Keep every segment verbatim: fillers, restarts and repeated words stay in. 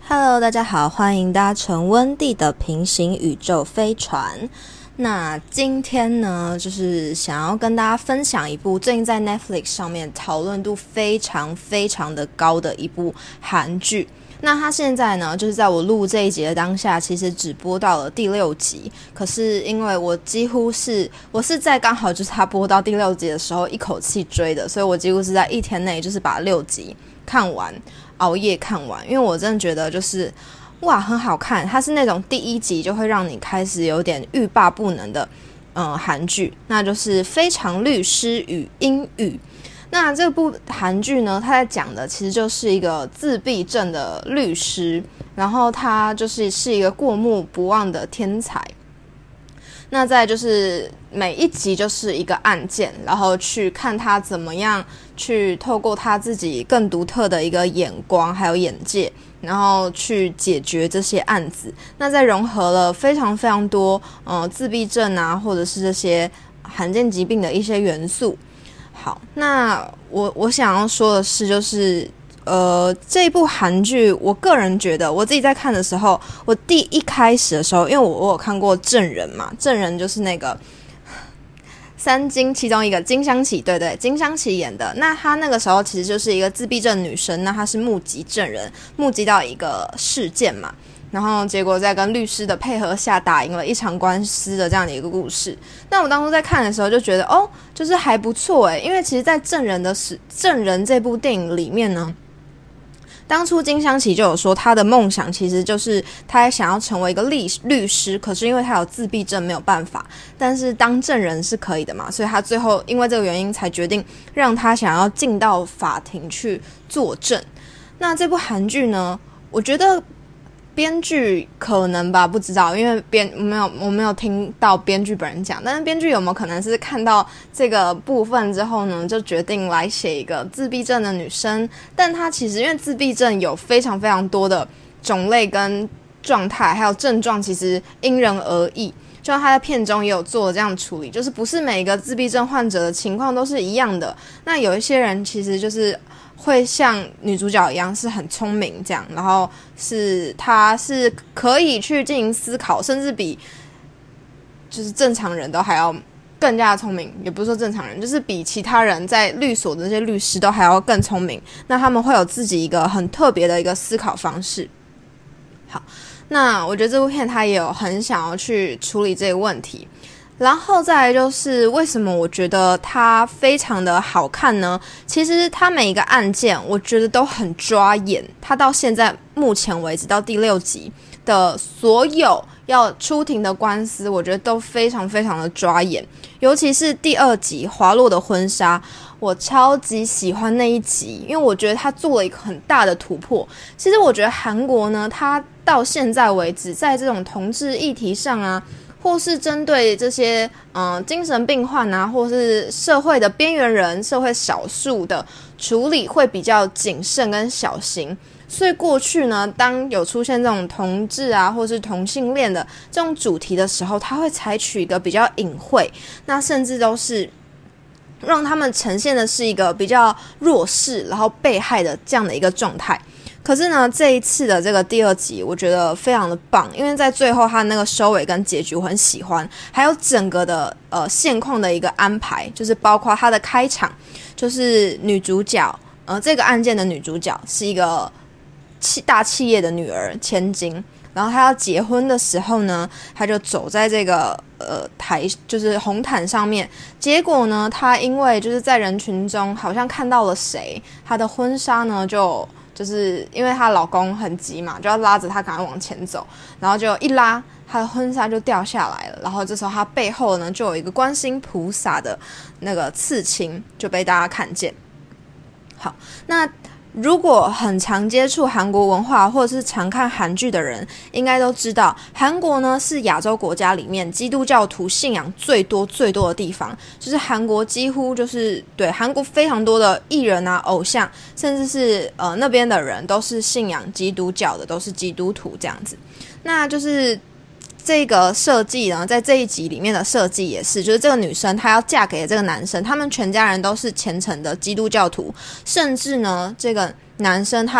Hello， 大家好，欢迎搭乘温蒂的平行宇宙飞船。那今天呢，就是想要跟大家分享一部最近在 Netflix 上面讨论度非常非常的高的一部韩剧。那它现在呢，就是在我录这一集的当下，其实只播到了第六集。可是因为我几乎是我是在刚好就是它播到第六集的时候一口气追的，所以我几乎是在一天内就是把六集看完，熬夜看完。因为我真的觉得就是哇很好看，它是那种第一集就会让你开始有点欲罢不能的嗯韩剧，那就是《非常律师与英语》。那这部韩剧呢，它在讲的其实就是一个自闭症的律师，然后他就是是一个过目不忘的天才。那再就是每一集就是一个案件，然后去看他怎么样去透过他自己更独特的一个眼光还有眼界，然后去解决这些案子。那再融合了非常非常多呃自闭症啊，或者是这些罕见疾病的一些元素。好，那我我想要说的是，就是呃，这部韩剧，我个人觉得，我自己在看的时候，我第一开始的时候，因为我我有看过证人嘛，证人就是那个三金其中一个金湘琪，对对，金湘琪演的。那她那个时候其实就是一个自闭症女生，那她是目击证人，目击到一个事件嘛。然后结果在跟律师的配合下打赢了一场官司的这样的一个故事。那我当初在看的时候就觉得哦，就是还不错诶，因为其实在证人的证人这部电影里面呢，当初金湘琪就有说他的梦想其实就是他想要成为一个律律师，可是因为他有自闭症没有办法，但是当证人是可以的嘛，所以他最后因为这个原因才决定让他想要进到法庭去作证。那这部韩剧呢，我觉得编剧可能吧，不知道，因为编我没有我没有听到编剧本人讲，但是编剧有没有可能是看到这个部分之后呢，就决定来写一个自闭症的女生？但她其实因为自闭症有非常非常多的种类跟状态，还有症状，其实因人而异。就像他在片中也有做这样的处理，就是不是每一个自闭症患者的情况都是一样的。那有一些人其实就是会像女主角一样是很聪明这样，然后是他是可以去进行思考，甚至比就是正常人都还要更加聪明，也不是说正常人，就是比其他人在律所的那些律师都还要更聪明。那他们会有自己一个很特别的一个思考方式。好，那我觉得这部片它也有很想要去处理这个问题。然后再来就是为什么我觉得它非常的好看呢？其实它每一个案件我觉得都很抓眼，它到现在目前为止到第六集的所有要出庭的官司，我觉得都非常非常的抓眼。尤其是第二集滑落的婚纱，我超级喜欢那一集，因为我觉得它做了一个很大的突破。其实我觉得韩国呢，它到现在为止在这种同志议题上啊，或是针对这些嗯、呃、精神病患啊，或是社会的边缘人、社会少数的处理会比较谨慎跟小心。所以过去呢，当有出现这种同志啊，或是同性恋的这种主题的时候，他会采取一个比较隐晦，那甚至都是让他们呈现的是一个比较弱势，然后被害的这样的一个状态。可是呢，这一次的这个第二集我觉得非常的棒，因为在最后他那个收尾跟结局我很喜欢，还有整个的呃现况的一个安排，就是包括他的开场，就是女主角呃这个案件的女主角是一个大企业的女儿千金，然后她要结婚的时候呢，她就走在这个呃台就是红毯上面，结果呢她因为就是在人群中好像看到了谁，她的婚纱呢就就是因为她老公很急嘛，就要拉着她赶快往前走，然后就一拉她的婚纱就掉下来了，然后这时候她背后呢就有一个观世音菩萨的那个刺青就被大家看见。好，那如果很常接触韩国文化或者是常看韩剧的人，应该都知道韩国呢是亚洲国家里面基督教徒信仰最多最多的地方，就是韩国几乎就是对韩国非常多的艺人啊、偶像，甚至是呃那边的人都是信仰基督教的，都是基督徒这样子。那就是这个设计呢，在这一集里面的设计也是，就是这个女生她要嫁给这个男生，他们全家人都是虔诚的基督教徒，甚至呢，这个男生他的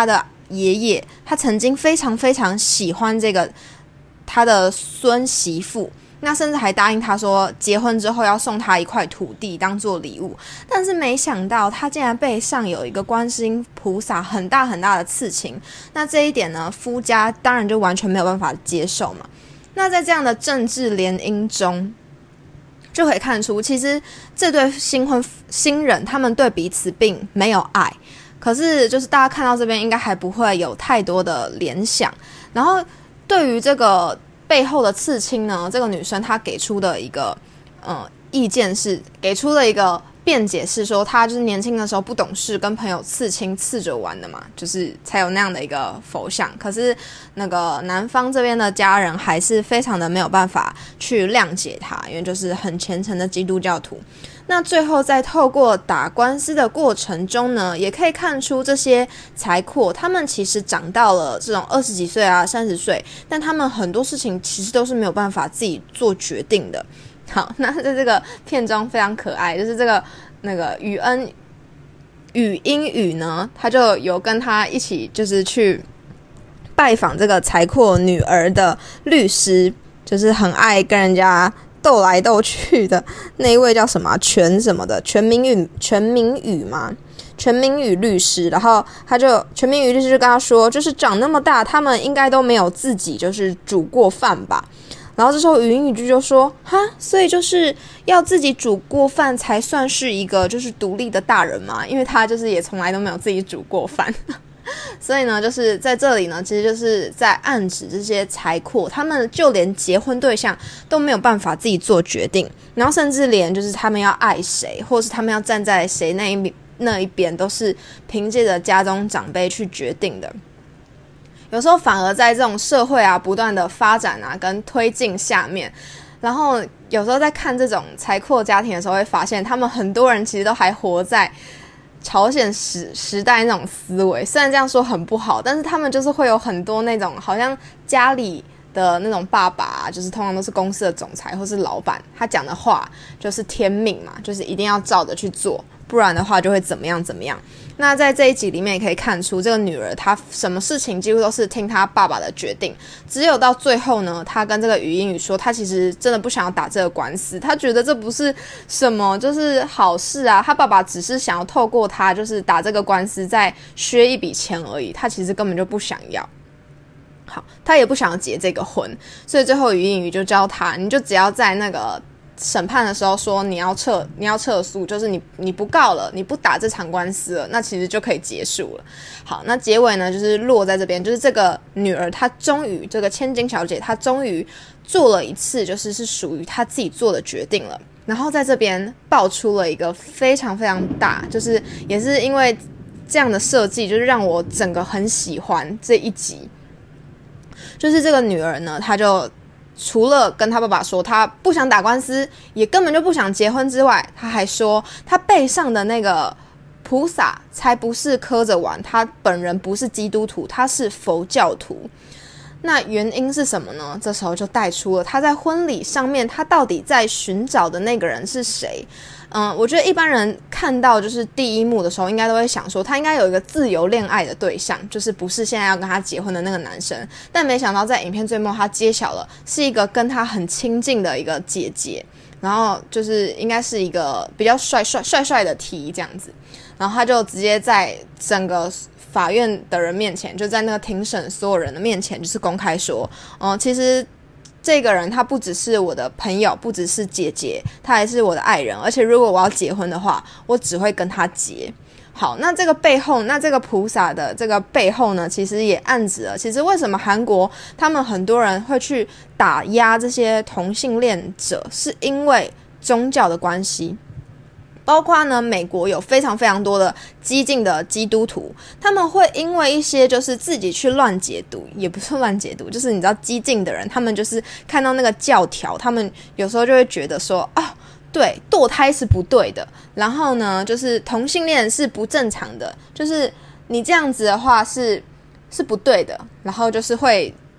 爷爷他曾经非常非常喜欢这个他的孙媳妇，那甚至还答应他说结婚之后要送他一块土地当做礼物，但是没想到他竟然背上有一个观世音菩萨很大很大的刺青，那这一点呢，夫家当然就完全没有办法接受嘛。那在这样的政治联姻中，就可以看出其实这对新婚新人他们对彼此并没有爱，可是就是大家看到这边应该还不会有太多的联想。然后对于这个背后的刺青呢，这个女生她给出的一个呃意见是，给出了一个辩解是说，她就是年轻的时候不懂事，跟朋友刺青刺着玩的嘛，就是才有那样的一个佛像。可是那个男方这边的家人还是非常的没有办法去谅解她，因为就是很虔诚的基督教徒。那最后在透过打官司的过程中呢，也可以看出这些财阔他们其实长到了这种二十几岁啊三十岁，但他们很多事情其实都是没有办法自己做决定的。好，那在这个片中非常可爱，就是这个那个宇恩宇英宇呢，他就有跟他一起就是去拜访这个财阔女儿的律师，就是很爱跟人家斗来斗去的那一位叫什么、啊、全什么的全民宇全民宇吗？全民宇律师，然后他就全民宇律师就跟他说，就是长那么大，他们应该都没有自己就是煮过饭吧。然后这时候语音语句就说，哈，所以就是要自己煮过饭才算是一个就是独立的大人嘛，因为他就是也从来都没有自己煮过饭。所以呢，就是在这里呢，其实就是在暗指这些财阔，他们就连结婚对象都没有办法自己做决定，然后甚至连就是他们要爱谁，或是他们要站在谁那一那一边，都是凭借着家中长辈去决定的。有时候反而在这种社会啊不断的发展啊跟推进下面，然后有时候在看这种财阔家庭的时候，会发现他们很多人其实都还活在朝鲜时时代那种思维。虽然这样说很不好，但是他们就是会有很多那种好像家里的那种爸爸、啊、就是通常都是公司的总裁或是老板，他讲的话就是天命嘛，就是一定要照着去做，不然的话就会怎么样怎么样。那在这一集里面也可以看出，这个女儿她什么事情几乎都是听她爸爸的决定，只有到最后呢，她跟这个语音语说，她其实真的不想要打这个官司，她觉得这不是什么就是好事啊，她爸爸只是想要透过她就是打这个官司再削一笔钱而已，她其实根本就不想要。好，她也不想要结这个婚，所以最后语音语就教她，你就只要在那个审判的时候说你要撤你要撤诉，就是你你不告了，你不打这场官司了，那其实就可以结束了。好，那结尾呢就是落在这边，就是这个女儿她终于，这个千金小姐她终于做了一次就是是属于她自己做的决定了。然后在这边爆出了一个非常非常大，就是也是因为这样的设计，就是让我整个很喜欢这一集。就是这个女儿呢，她就除了跟他爸爸说他不想打官司，也根本就不想结婚之外，他还说他背上的那个菩萨才不是磕着玩，他本人不是基督徒，他是佛教徒。那原因是什么呢？这时候就带出了他在婚礼上面他到底在寻找的那个人是谁。嗯，我觉得一般人看到就是第一幕的时候，应该都会想说他应该有一个自由恋爱的对象，就是不是现在要跟他结婚的那个男生。但没想到在影片最末他揭晓了是一个跟他很亲近的一个姐姐，然后就是应该是一个比较帅帅帅帅的 T 这样子。然后他就直接在整个法院的人面前，就在那个庭审所有人的面前，就是公开说，嗯，其实这个人他不只是我的朋友，不只是姐姐，他还是我的爱人，而且如果我要结婚的话，我只会跟他结。好，那这个背后，那这个菩萨的这个背后呢，其实也暗指了，其实为什么韩国他们很多人会去打压这些同性恋者，是因为宗教的关系。包括呢，美国有非常非常多的激进的基督徒，他们会因为一些就是自己去乱解读，也不是乱解读，就是你知道激进的人，他们就是看到那个教条，他们有时候就会觉得说，啊，对，堕胎是不对的，然后呢，就是同性恋是不正常的，就是你这样子的话是是不对的，然后就是会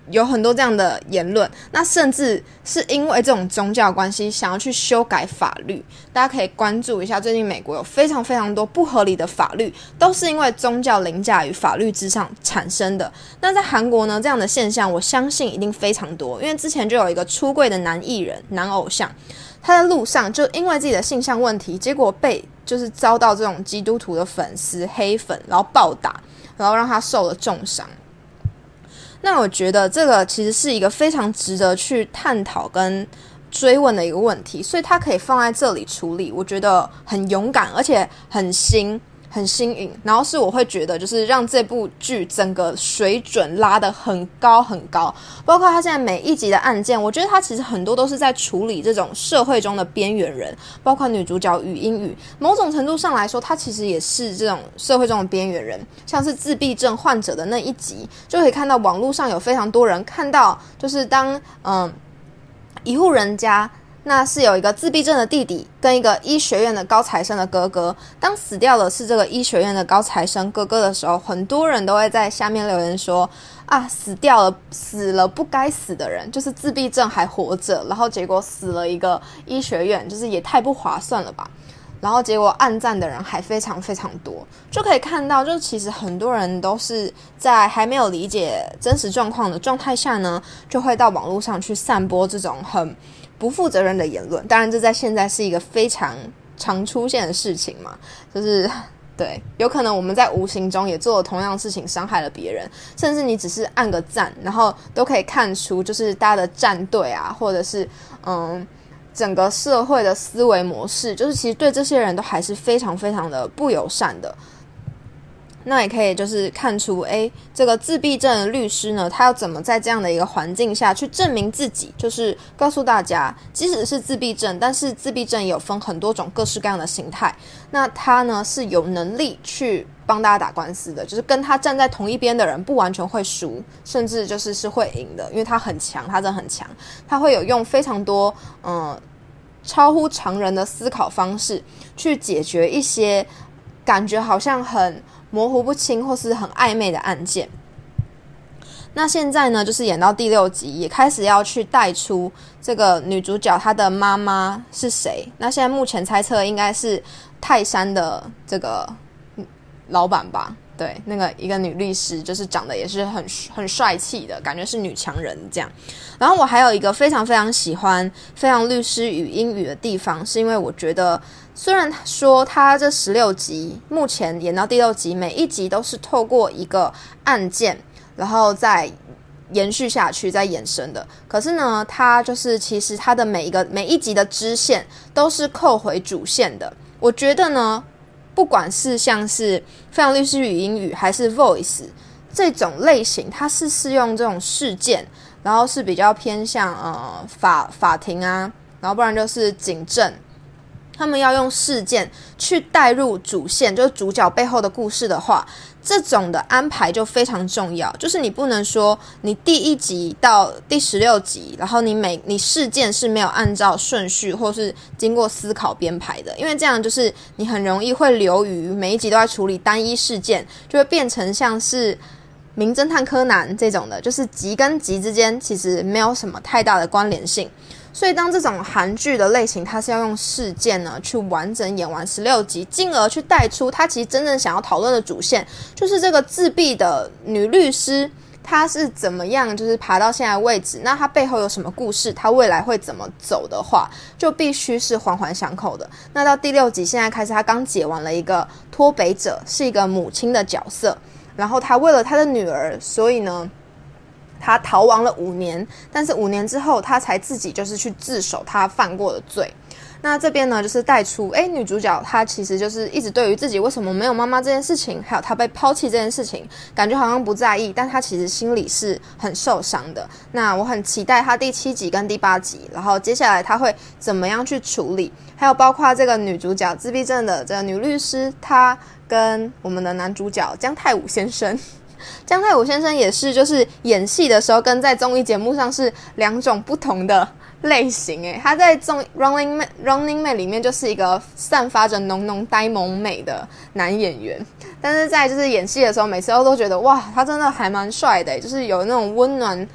有很多这样的言论，那甚至是因为这种宗教关系想要去修改法律。大家可以关注一下，最近美国有非常非常多不合理的法律，都是因为宗教凌驾于法律之上产生的。那在韩国呢，这样的现象我相信一定非常多，因为之前就有一个出柜的男艺人、男偶像，他在路上就因为自己的性向问题，结果被就是遭到这种基督徒的粉丝黑粉，然后暴打，然后让他受了重伤。那我觉得这个其实是一个非常值得去探讨跟追问的一个问题，所以它可以放在这里处理，我觉得很勇敢，而且很新很新颖。然后是我会觉得就是让这部剧整个水准拉得很高很高，包括它现在每一集的案件，我觉得它其实很多都是在处理这种社会中的边缘人，包括女主角语英语，某种程度上来说，它其实也是这种社会中的边缘人。像是自闭症患者的那一集，就可以看到网络上有非常多人看到，就是当嗯一户人家，那是有一个自闭症的弟弟跟一个医学院的高材生的哥哥，当死掉的是这个医学院的高材生哥哥的时候，很多人都会在下面留言说啊，死掉了，死了不该死的人，就是自闭症还活着，然后结果死了一个医学院，就是也太不划算了吧。然后结果按赞的人还非常非常多，就可以看到，就其实很多人都是在还没有理解真实状况的状态下呢，就会到网络上去散播这种很不负责任的言论。当然这在现在是一个非常常出现的事情嘛，就是对，有可能我们在无形中也做了同样的事情，伤害了别人，甚至你只是按个赞，然后都可以看出就是大家的站队啊，或者是嗯整个社会的思维模式，就是其实对这些人都还是非常非常的不友善的。那也可以就是看出，诶，这个自闭症的律师呢，他要怎么在这样的一个环境下去证明自己，就是告诉大家，即使是自闭症，但是自闭症也有分很多种各式各样的形态，那他呢是有能力去帮大家打官司的，就是跟他站在同一边的人不完全会输，甚至就是是会赢的，因为他很强，他真的很强，他会有用非常多嗯超乎常人的思考方式去解决一些感觉好像很模糊不清或是很暧昧的案件。那现在呢，就是演到第六集，也开始要去带出这个女主角她的妈妈是谁。那现在目前猜测应该是泰山的这个老板吧，对，那个一个女律师，就是长得也是很很帅气的，感觉是女强人这样。然后我还有一个非常非常喜欢非常律师与英语的地方，是因为我觉得虽然说他这十六集目前演到第六集，每一集都是透过一个案件然后再延续下去再衍生的，可是呢他就是其实他的每一个每一集的支线都是扣回主线的。我觉得呢不管是像是非常律师与英语还是 Voice 这种类型，它是适用这种事件，然后是比较偏向呃法法庭啊，然后不然就是警政，他们要用事件去带入主线，就是主角背后的故事的话，这种的安排就非常重要。就是你不能说你第一集到第十六集，然后你每你事件是没有按照顺序或是经过思考编排的，因为这样就是你很容易会流于每一集都在处理单一事件，就会变成像是名侦探柯南这种的，就是集跟集之间其实没有什么太大的关联性。所以当这种韩剧的类型，它是要用事件呢去完整演完十六集，进而去带出它其实真正想要讨论的主线，就是这个自闭的女律师她是怎么样就是爬到现在的位置，那她背后有什么故事，她未来会怎么走的话，就必须是环环相扣的。那到第六集现在开始，她刚解完了一个脱北者，是一个母亲的角色，然后她为了她的女儿，所以呢他逃亡了五年，但是五年之后他才自己就是去自首他犯过的罪。那这边呢就是带出诶女主角她其实就是一直对于自己为什么没有妈妈这件事情，还有她被抛弃这件事情，感觉好像不在意，但她其实心里是很受伤的。那我很期待她第七集跟第八集，然后接下来她会怎么样去处理，还有包括这个女主角自闭症的这个女律师，她跟我们的男主角姜泰武先生姜泰武先生也是就是演戏的时候跟在综艺节目上是两种不同的类型诶。他在综 Running Man Running Man 里面就是一个散发着浓浓呆萌美的男演员，但是在就是演戏的时候每次都都觉得哇他真的还蛮帅的，就是有那种温暖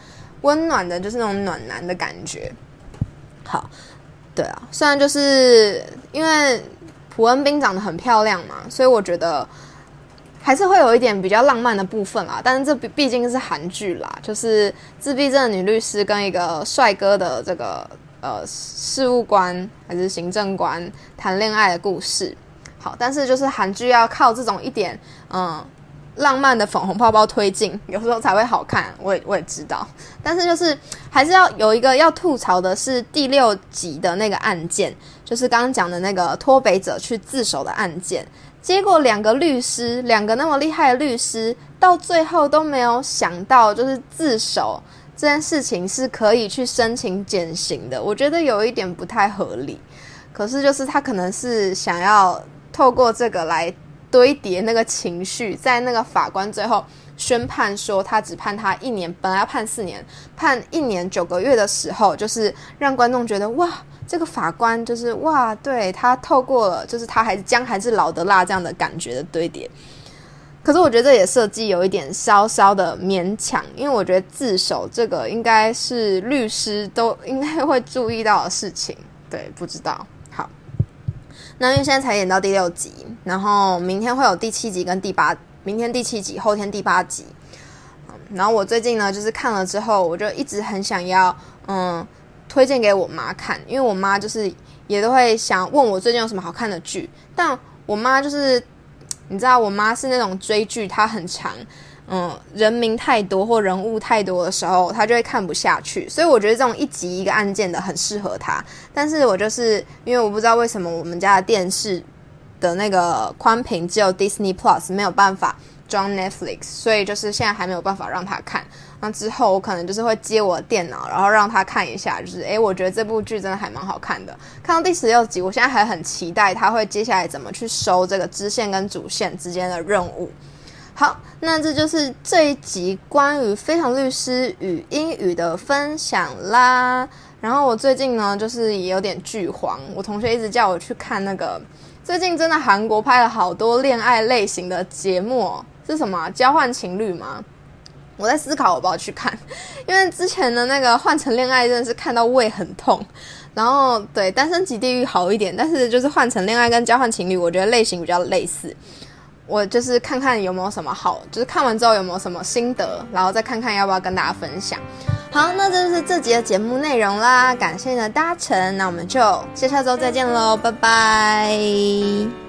温暖的，就是那种暖男的感觉。好，对啊，虽然就是因为朴恩斌长得很漂亮嘛，所以我觉得还是会有一点比较浪漫的部分啦，但是这毕竟是韩剧啦，就是自闭症的女律师跟一个帅哥的这个呃事务官还是行政官谈恋爱的故事。好，但是就是韩剧要靠这种一点嗯浪漫的粉红泡泡推进，有时候才会好看，我也我也知道，但是就是还是要有一个要吐槽的是第六集的那个案件，就是刚刚讲的那个脱北者去自首的案件。结果两个律师，两个那么厉害的律师，到最后都没有想到，就是自首这件事情是可以去申请减刑的。我觉得有一点不太合理。可是就是他可能是想要透过这个来堆叠那个情绪，在那个法官最后宣判说他只判他一年，本来要判四年，判一年九个月的时候，就是让观众觉得哇，这个法官就是哇，对，他透过了就是他还是姜还是老的辣这样的感觉的堆叠。可是我觉得这也设计有一点稍稍的勉强，因为我觉得自首这个应该是律师都应该会注意到的事情。对，不知道。好，那因为现在才演到第六集，然后明天会有第七集跟第八，明天第七集，后天第八集。然后我最近呢，就是看了之后，我就一直很想要，嗯，推荐给我妈看，因为我妈就是也都会想问我最近有什么好看的剧，但我妈就是，你知道，我妈是那种追剧，她很长。嗯，人名太多或人物太多的时候，他就会看不下去，所以我觉得这种一集一个案件的很适合他。但是我就是因为我不知道为什么我们家的电视的那个宽屏只有 Disney Plus 没有办法装 Netflix， 所以就是现在还没有办法让他看。那之后我可能就是会接我的电脑，然后让他看一下，就是诶，我觉得这部剧真的还蛮好看的。看到第十六集，我现在还很期待他会接下来怎么去收这个支线跟主线之间的任务。好，那这就是这一集关于《非常律师与英语》的分享啦。然后我最近呢，就是也有点剧荒，我同学一直叫我去看那个，最近真的韩国拍了好多恋爱类型的节目哦，是什么啊？交换情侣吗？我在思考我要不要去看，因为之前的那个换乘恋爱真的是看到胃很痛。然后对单身即地狱好一点，但是就是换乘恋爱跟交换情侣，我觉得类型比较类似。我就是看看有没有什么好，就是看完之后有没有什么心得，然后再看看要不要跟大家分享。好，那这就是这集的节目内容啦，感谢你的搭乘，那我们就下下周再见咯，拜拜。